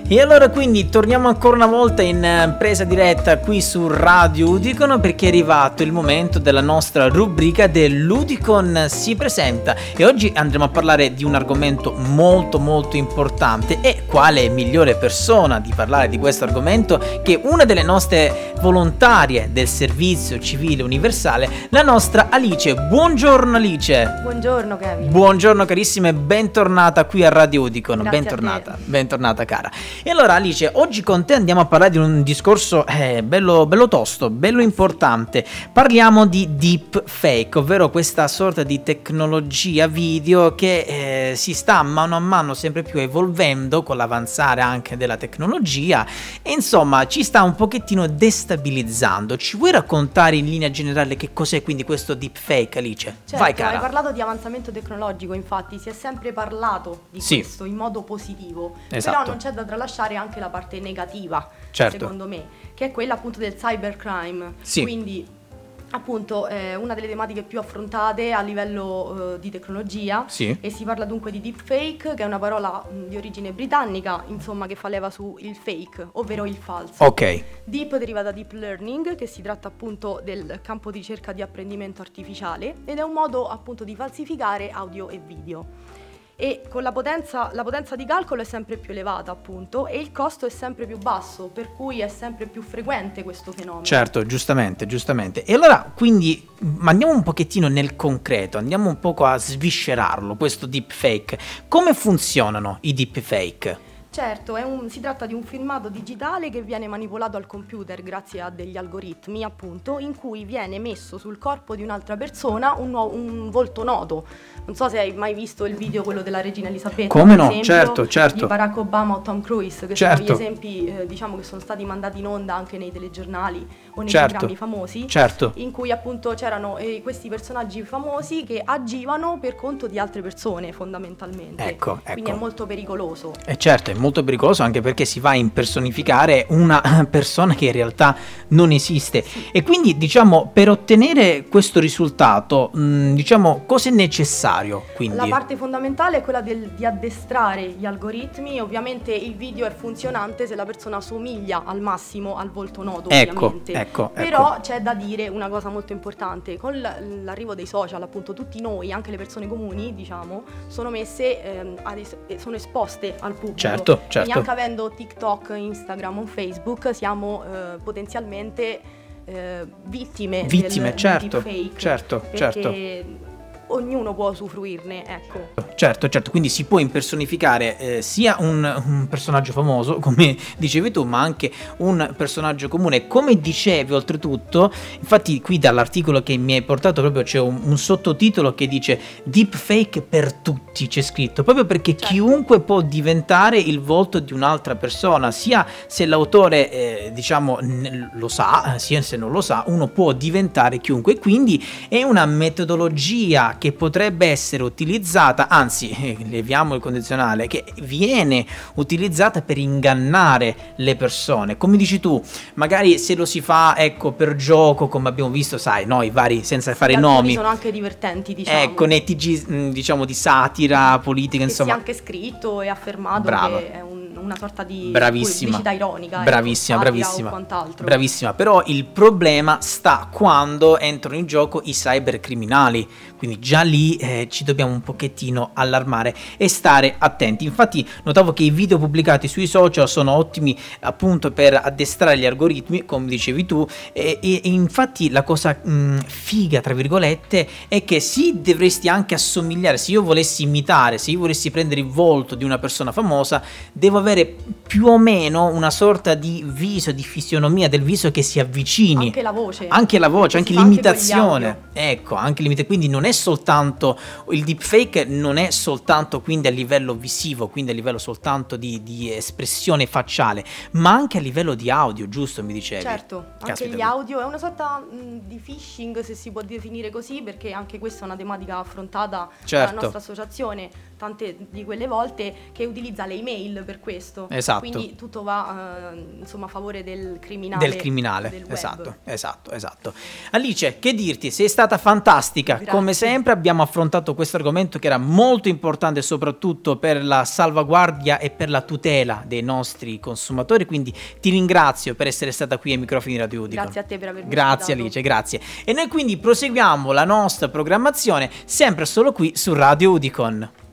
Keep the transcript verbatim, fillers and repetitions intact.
E allora quindi torniamo ancora una volta in presa diretta qui su Radio Udicon, perché è arrivato il momento della nostra rubrica dell'Udicon si presenta, e oggi andremo a parlare di un argomento molto molto importante. E quale migliore persona di parlare di questo argomento che una delle nostre volontarie del servizio civile universale, la nostra Alice. Buongiorno Alice. Buongiorno Kevin. Buongiorno carissima e bentornata qui a Radio Udicon. Grazie bentornata, bentornata cara. E allora Alice, oggi con te andiamo a parlare di un discorso eh, bello, bello tosto, bello importante. Parliamo di deepfake, ovvero questa sorta di tecnologia video che eh, si sta mano a mano sempre più evolvendo con l'avanzare anche della tecnologia, e insomma ci sta un pochettino destabilizzando. Ci vuoi raccontare in linea generale che cos'è quindi questo deepfake, Alice? Certo, vai cara. Hai parlato di avanzamento tecnologico, infatti si è sempre parlato di sì. questo in modo positivo, esatto. Però non c'è da tralasciare anche la parte negativa, certo. secondo me, che è quella appunto del cybercrime. Sì. Quindi appunto è una delle tematiche più affrontate a livello uh, di tecnologia, sì. E si parla dunque di deepfake, che è una parola mh, di origine britannica, insomma, che fa leva su il fake, ovvero il falso. Ok. Deep deriva da deep learning, che si tratta appunto del campo di ricerca di apprendimento artificiale, ed è un modo appunto di falsificare audio e video. E con la potenza, la potenza di calcolo è sempre più elevata appunto, e il costo è sempre più basso, per cui è sempre più frequente questo fenomeno. Certo, giustamente, giustamente. E allora quindi andiamo un pochettino nel concreto, andiamo un poco a sviscerarlo, questo deepfake. Come funzionano i deepfake? Certo, è un, si tratta di un filmato digitale che viene manipolato al computer grazie a degli algoritmi, appunto, in cui viene messo sul corpo di un'altra persona un, nuovo, un volto noto. Non so se hai mai visto il video, quello della regina Elisabetta. Come no, esempio, certo, certo. Di Barack Obama o Tom Cruise, che certo. sono gli esempi eh, diciamo che sono stati mandati in onda anche nei telegiornali o nei certo. programmi famosi, certo. in cui appunto c'erano eh, questi personaggi famosi che agivano per conto di altre persone fondamentalmente. Ecco, ecco. Quindi è molto pericoloso. Eh certo, è molto pericoloso anche perché si va a impersonificare una persona che in realtà non esiste. Sì. E quindi diciamo per ottenere questo risultato mh, diciamo cosa è necessario? Quindi? La parte fondamentale è quella del, di addestrare gli algoritmi. Ovviamente il video è funzionante se la persona somiglia al massimo al volto noto, ecco, ovviamente. Ecco, Però ecco. c'è da dire una cosa molto importante: con l'arrivo dei social, appunto, tutti noi, anche le persone comuni, diciamo, sono messe ehm, ad es- sono esposte al pubblico. Certo, certo. Quindi anche avendo TikTok, Instagram o Facebook siamo eh, potenzialmente eh, vittime, vittime del, certo, del deepfake, certo, perché certo. ognuno può usufruirne, ecco. Certo, certo, quindi si può impersonificare eh, sia un, un personaggio famoso, come dicevi tu, ma anche un personaggio comune. Come dicevi, oltretutto, infatti qui dall'articolo che mi hai portato proprio c'è un, un sottotitolo che dice deepfake per tutti, c'è scritto, proprio perché certo. Chiunque può diventare il volto di un'altra persona, sia se l'autore eh, diciamo n- lo sa, sia se non lo sa, uno può diventare chiunque. Quindi è una metodologia che potrebbe essere utilizzata, anzi eh, leviamo il condizionale, che viene utilizzata per ingannare le persone. Come dici tu, magari se lo si fa ecco per gioco, come abbiamo visto, sai, no, i vari, senza sì, fare nomi, sono anche divertenti, diciamo, ecco, nei T G diciamo di satira politica, che insomma, si è anche scritto e affermato Brava. che è un, una sorta di bravissima. pubblicità ironica, bravissima, ecco, bravissima, o quant'altro. Bravissima, però il problema sta quando entrano in gioco i cybercriminali, quindi già lì eh, ci dobbiamo un pochettino allarmare e stare attenti. Infatti notavo che i video pubblicati sui social sono ottimi appunto per addestrare gli algoritmi, come dicevi tu, e, e, e infatti la cosa mh, figa tra virgolette è che sì, dovresti anche assomigliare. Se io volessi imitare, se io volessi prendere il volto di una persona famosa, devo avere più o meno una sorta di viso, di fisionomia del viso che si avvicini, anche la voce, anche la voce, anche l'imitazione, anche ecco, anche l'imitazione. Quindi non è soltanto il deepfake, non è soltanto quindi a livello visivo, quindi a livello soltanto di, di espressione facciale, ma anche a livello di audio, giusto mi dicevi? Certo, Caspita, anche gli audio è una sorta mh, di phishing, se si può definire così, perché anche questa è una tematica affrontata certo. dalla nostra associazione tante di quelle volte, che utilizza le email per questo. questo. Esatto. Quindi tutto va eh, insomma a favore del criminale. Del criminale, del web. esatto, esatto, esatto. Alice, che dirti, sei stata fantastica. Grazie. Come sempre abbiamo affrontato questo argomento che era molto importante soprattutto per la salvaguardia e per la tutela dei nostri consumatori, quindi ti ringrazio per essere stata qui ai microfoni di Radio Udicon. Grazie a te per avermi Grazie invitato. Alice, grazie. E noi quindi proseguiamo la nostra programmazione sempre solo qui su Radio Udicon.